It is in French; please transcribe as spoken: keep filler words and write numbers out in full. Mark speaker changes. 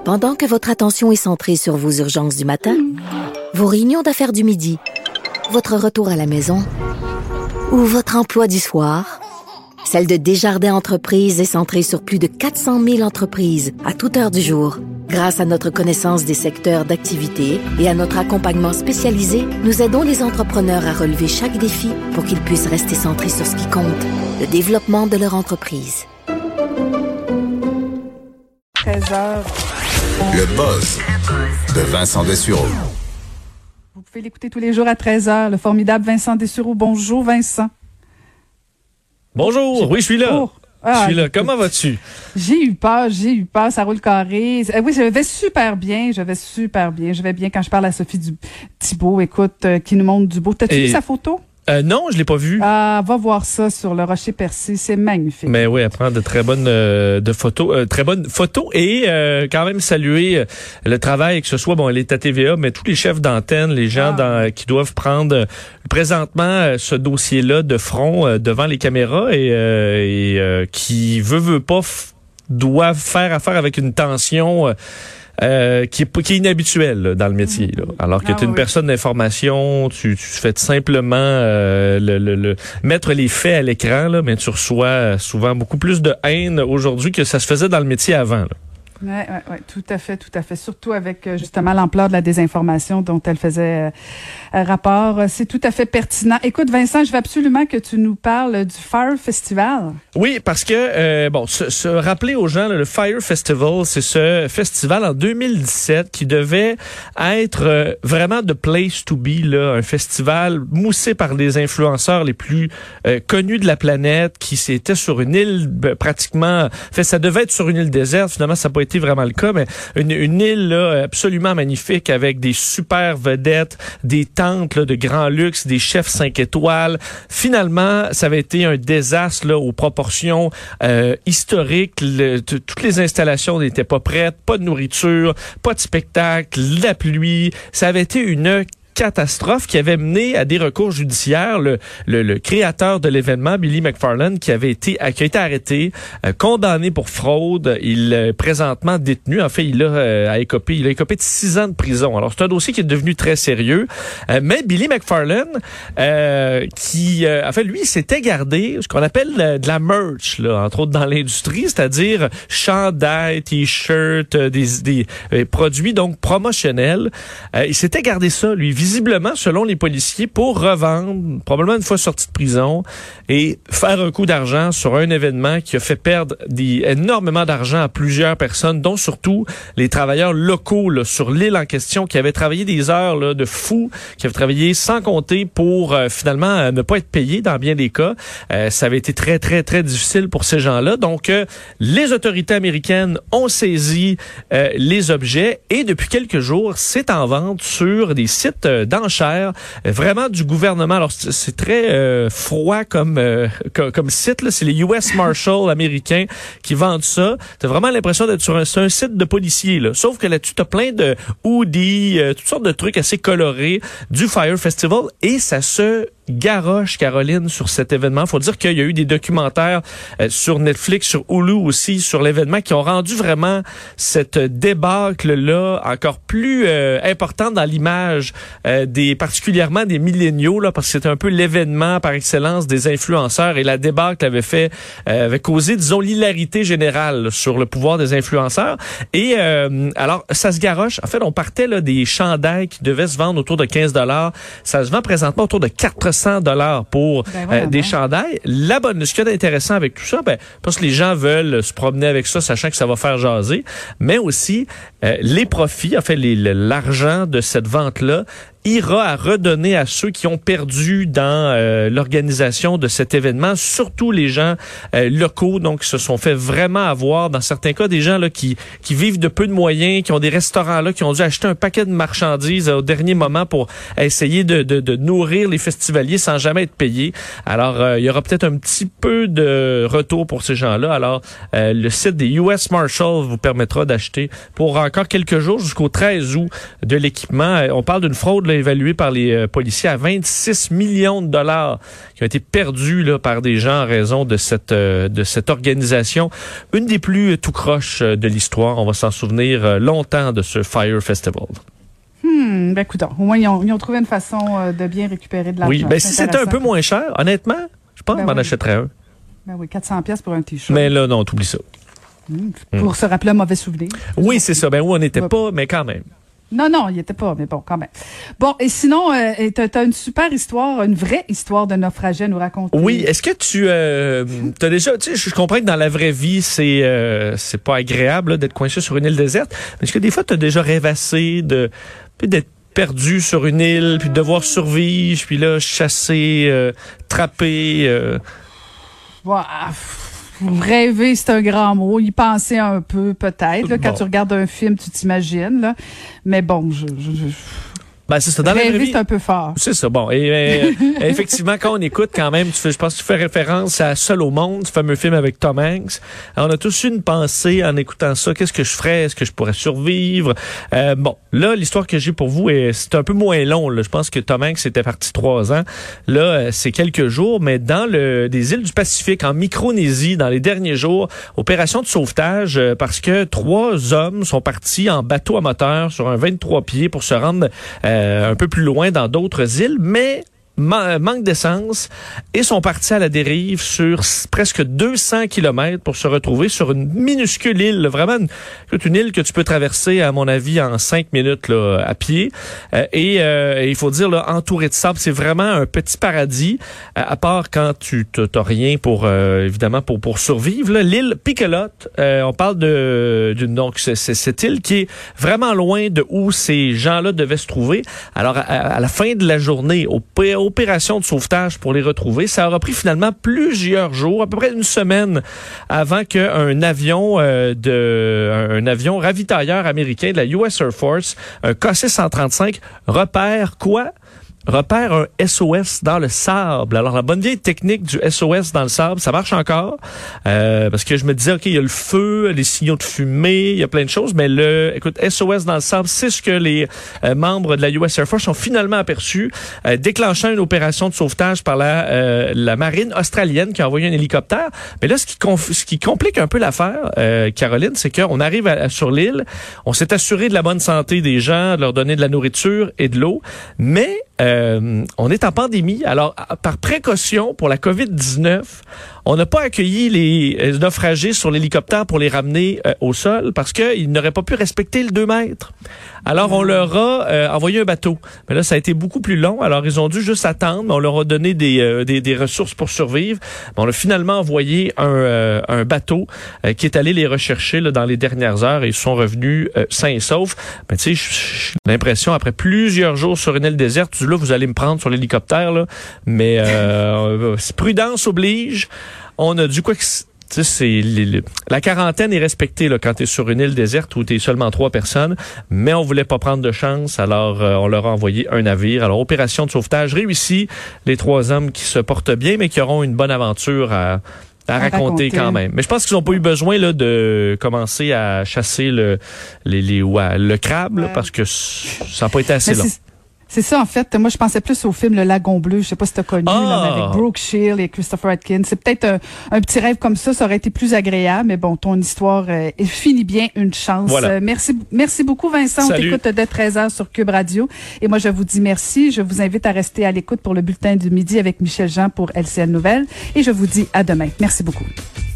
Speaker 1: Pendant que votre attention est centrée sur vos urgences du matin, vos réunions d'affaires du midi, votre retour à la maison ou votre emploi du soir, celle de Desjardins Entreprises est centrée sur plus de quatre cent mille entreprises à toute heure du jour. Grâce à notre connaissance des secteurs d'activité et à notre accompagnement spécialisé, nous aidons les entrepreneurs à relever chaque défi pour qu'ils puissent rester centrés sur ce qui compte, le développement de leur entreprise.
Speaker 2: treize heures.
Speaker 3: Le buzz de Vincent Dessureau.
Speaker 2: Vous pouvez l'écouter tous les jours à treize heures. Le formidable Vincent Dessureau. Bonjour, Vincent.
Speaker 4: Bonjour, oui, je suis là.
Speaker 2: Oh. Ah,
Speaker 4: je suis là. Comment vas-tu?
Speaker 2: J'ai eu peur, j'ai eu peur, ça roule carré. Euh, oui, je vais super bien, je vais super bien. Je vais bien quand je parle à Sophie du Thibault, écoute, euh, qui nous montre du beau. T'as-tu
Speaker 4: Et...
Speaker 2: vu sa photo?
Speaker 4: Euh, non, je l'ai pas vu.
Speaker 2: Ah, va voir ça sur le Rocher Percé, c'est magnifique.
Speaker 4: Mais oui, elle prend de très bonnes euh, de photos, euh, très bonnes photos et euh, quand même saluer euh, le travail, que ce soit, bon, elle est à T V A, mais tous les chefs d'antenne, les gens ah. dans, qui doivent prendre euh, présentement euh, ce dossier-là de front euh, devant les caméras et, euh, et euh, qui veut veut pas f- doivent faire affaire avec une tension. Euh, Euh, qui, est, qui est inhabituel là, dans le métier. Là. Alors que ah, tu es une oui. personne d'information, tu, tu fais simplement euh, le, le, le, mettre les faits à l'écran, là, mais tu reçois souvent beaucoup plus de haine aujourd'hui que ça se faisait dans le métier avant. Là.
Speaker 2: Oui, ouais, ouais, tout à fait, tout à fait. Surtout avec justement l'ampleur de la désinformation dont elle faisait euh, rapport. C'est tout à fait pertinent. Écoute, Vincent, je veux absolument que tu nous parles du Fire Festival.
Speaker 4: Oui, parce que, euh, bon, se, se rappeler aux gens, là, le Fire Festival, c'est ce festival en deux mille dix-sept qui devait être euh, vraiment the place to be, là, un festival moussé par les influenceurs les plus euh, connus de la planète, qui c'était sur une île ben, pratiquement... Fait, ça devait être sur une île déserte, finalement, ça n'a pas été vraiment le cas, mais une, une île là, absolument magnifique avec des super vedettes, des tentes là, de grand luxe, des chefs cinq étoiles. Finalement, ça avait été un désastre là, aux proportions euh, historiques. Le, t- toutes les installations n'étaient pas prêtes, pas de nourriture, pas de spectacle, la pluie. Ça avait été une catastrophe qui avait mené à des recours judiciaires. Le, le, le créateur de l'événement, Billy McFarland, qui avait été, qui a été arrêté, euh, condamné pour fraude. Il est présentement détenu. En fait, il a, euh, a écopé, il a écopé de six ans de prison. Alors, c'est un dossier qui est devenu très sérieux. Euh, mais Billy McFarland, euh, qui, euh, en fait, lui, s'était gardé ce qu'on appelle euh, de la merch, là, entre autres dans l'industrie, c'est-à-dire chandail, t-shirt, euh, des, des euh, produits donc promotionnels. Euh, il s'était gardé ça, lui, visiblement, selon les policiers, pour revendre, probablement une fois sorti de prison, et faire un coup d'argent sur un événement qui a fait perdre des, énormément d'argent à plusieurs personnes, dont surtout les travailleurs locaux là, sur l'île en question, qui avaient travaillé des heures là, de fou, qui avaient travaillé sans compter pour euh, finalement euh, ne pas être payés dans bien des cas. Euh, ça avait été très, très, très difficile pour ces gens-là. Donc, euh, les autorités américaines ont saisi euh, les objets et depuis quelques jours, c'est en vente sur des sites euh, d'enchères, euh, vraiment du gouvernement. Alors, c'est, c'est très euh, froid comme, euh, comme comme site. Là. C'est les U S Marshals américains qui vendent ça. T'as vraiment l'impression d'être sur un, sur un site de policiers. Là. Sauf que là-dessus, t'as plein de hoodies, euh, toutes sortes de trucs assez colorés du Fire Festival et ça se garoche, Caroline, sur cet événement. Faut dire qu'il y a eu des documentaires euh, sur Netflix, sur Hulu aussi, sur l'événement qui ont rendu vraiment cette débâcle-là encore plus euh, importante dans l'image euh, des, particulièrement des milléniaux, là, parce que c'était un peu l'événement par excellence des influenceurs et la débâcle avait fait, euh, avait causé, disons, l'hilarité générale là, sur le pouvoir des influenceurs. Et euh, alors, ça se garoche. En fait, on partait là des chandails qui devaient se vendre autour de quinze dollars. Ça se vend présentement autour de quatre cents dollars pour ben ouais, euh, des ben. chandails. La bonne, ce qu'il y a d'intéressant avec tout ça, ben, parce que les gens veulent se promener avec ça, sachant que ça va faire jaser, mais aussi euh, les profits, en fait, les, l'argent de cette vente-là ira à redonner à ceux qui ont perdu dans euh, l'organisation de cet événement, surtout les gens euh, locaux, donc qui se sont fait vraiment avoir, dans certains cas, des gens là qui qui vivent de peu de moyens, qui ont des restaurants là, qui ont dû acheter un paquet de marchandises euh, au dernier moment pour essayer de, de, de nourrir les festivaliers sans jamais être payés. Alors, euh, il y aura peut-être un petit peu de retour pour ces gens-là. Alors, euh, le site des U S Marshals vous permettra d'acheter pour encore encore quelques jours jusqu'au treize août de l'équipement. On parle d'une fraude là, évaluée par les euh, policiers à vingt-six millions de dollars qui ont été perdus là, par des gens en raison de cette euh, de cette organisation. Une des plus euh, tout croche euh, de l'histoire. On va s'en souvenir euh, longtemps de ce Fire Festival.
Speaker 2: Hmm, ben écoute, au moins ils ont, ils ont trouvé une façon euh, de bien récupérer de l'argent.
Speaker 4: Oui, ben si c'était un peu moins cher, honnêtement, je pense
Speaker 2: ben
Speaker 4: qu'on m'en
Speaker 2: oui.
Speaker 4: achèterait un.
Speaker 2: Ben oui, quatre cents pièces pour un t-shirt.
Speaker 4: Mais là, non, t'oublies ça.
Speaker 2: Hmm, pour mm. se rappeler un mauvais souvenir.
Speaker 4: Oui, c'est ça. Ben où on n'était
Speaker 2: ouais.
Speaker 4: pas, mais quand même.
Speaker 2: Non, non, il était pas, mais bon, quand même. Bon, et sinon, euh, t'as, t'as une super histoire, une vraie histoire de naufragé à nous raconter.
Speaker 4: Oui, est-ce que tu euh, t'as déjà, tu sais, je comprends que dans la vraie vie, c'est euh, c'est pas agréable là, d'être coincé sur une île déserte, mais est-ce que des fois, t'as déjà rêvassé de d'être perdu sur une île, puis de devoir survivre, puis là, chasser, euh, trapper... Euh...
Speaker 2: Wow. Rêver, c'est un grand mot. Y penser un peu, peut-être. Là, quand bon. tu regardes un film, tu t'imagines. Là. Mais bon, je... je, je...
Speaker 4: Ben, c'est ça. Dans
Speaker 2: Rêver,
Speaker 4: la vraie vie,
Speaker 2: c'est un peu fort.
Speaker 4: C'est ça. Bon. Et, euh, effectivement, quand on écoute quand même, tu fais, je pense que tu fais référence à Seul au monde, ce fameux film avec Tom Hanks. Alors, on a tous eu une pensée en écoutant ça. Qu'est-ce que je ferais? Est-ce que je pourrais survivre? Euh, bon. Là, l'histoire que j'ai pour vous, est, c'est un peu moins long. Là. Je pense que Tom Hanks était parti trois ans. Là, c'est quelques jours, mais dans le des îles du Pacifique, en Micronésie, dans les derniers jours, opération de sauvetage, euh, parce que trois hommes sont partis en bateau à moteur sur un vingt-trois pieds pour se rendre euh, un peu plus loin dans d'autres îles, mais man- manque d'essence et sont partis à la dérive sur s- presque deux cents kilomètres pour se retrouver sur une minuscule île, vraiment une, une île que tu peux traverser, à mon avis, en cinq minutes là, à pied. Euh, et euh, il faut dire, là, entouré de sable, c'est vraiment un petit paradis, euh, à part quand tu t'as rien pour, euh, évidemment, pour pour survivre. Là. L'île Piquelote, euh, on parle de d'une donc c'est, c'est cette île qui est vraiment loin de où ces gens-là devaient se trouver. Alors, à, à la fin de la journée, au opération de sauvetage pour les retrouver. Ça aura pris finalement plusieurs jours, à peu près une semaine, avant qu'un avion euh, de un, un avion ravitailleur américain de la U S Air Force, un K C cent trente-cinq, repère quoi? repère un S O S dans le sable. Alors, la bonne vieille technique du S O S dans le sable, ça marche encore. Euh, parce que je me disais, OK, il y a le feu, les signaux de fumée, il y a plein de choses, mais le, écoute, S O S dans le sable, c'est ce que les euh, membres de la U S Air Force ont finalement aperçu, euh, déclenchant une opération de sauvetage par la, euh, la marine australienne qui a envoyé un hélicoptère. Mais là, ce qui, conf- ce qui complique un peu l'affaire, euh, Caroline, c'est qu'on arrive à, à, sur l'île, on s'est assuré de la bonne santé des gens, de leur donner de la nourriture et de l'eau, mais Euh, on est en pandémie, alors par précaution pour la covid dix-neuf, on n'a pas accueilli les naufragés sur l'hélicoptère pour les ramener euh, au sol parce qu'ils n'auraient pas pu respecter le deux mètres. Alors on leur a euh, envoyé un bateau. Mais là, ça a été beaucoup plus long, alors ils ont dû juste attendre, mais on leur a donné des, euh, des, des ressources pour survivre. Mais on a finalement envoyé un, euh, un bateau euh, qui est allé les rechercher là, dans les dernières heures et ils sont revenus euh, sains et saufs. Mais tu sais, j'ai l'impression, après plusieurs jours sur une île déserte, là, vous allez me prendre sur l'hélicoptère, là, mais euh, prudence oblige. On a dû quoi que tu sais, c'est les, les, la quarantaine est respectée là quand t'es sur une île déserte où t'es seulement trois personnes, mais on voulait pas prendre de chance, alors euh, on leur a envoyé un navire. Alors opération de sauvetage réussie, les trois hommes qui se portent bien, mais qui auront une bonne aventure à à raconter, raconter quand même. Mais je pense qu'ils n'ont pas eu besoin là de commencer à chasser le les, les ouais, le crabe ouais. là, parce que ça n'a pas été assez mais long.
Speaker 2: C'est... C'est ça, en fait. Moi, je pensais plus au film Le Lagon Bleu. Je sais pas si tu as connu,
Speaker 4: ah!
Speaker 2: là, avec Brooke Shield et Christopher Atkins. C'est peut-être un, un petit rêve comme ça. Ça aurait été plus agréable. Mais bon, ton histoire euh, finit bien. Une chance.
Speaker 4: Voilà.
Speaker 2: Euh, merci, merci beaucoup, Vincent.
Speaker 4: Salut.
Speaker 2: On t'écoute dès treize heures sur Cube Radio. Et moi, je vous dis merci. Je vous invite à rester à l'écoute pour le bulletin du midi avec Michel Jean pour L C N Nouvelles. Et je vous dis à demain. Merci beaucoup.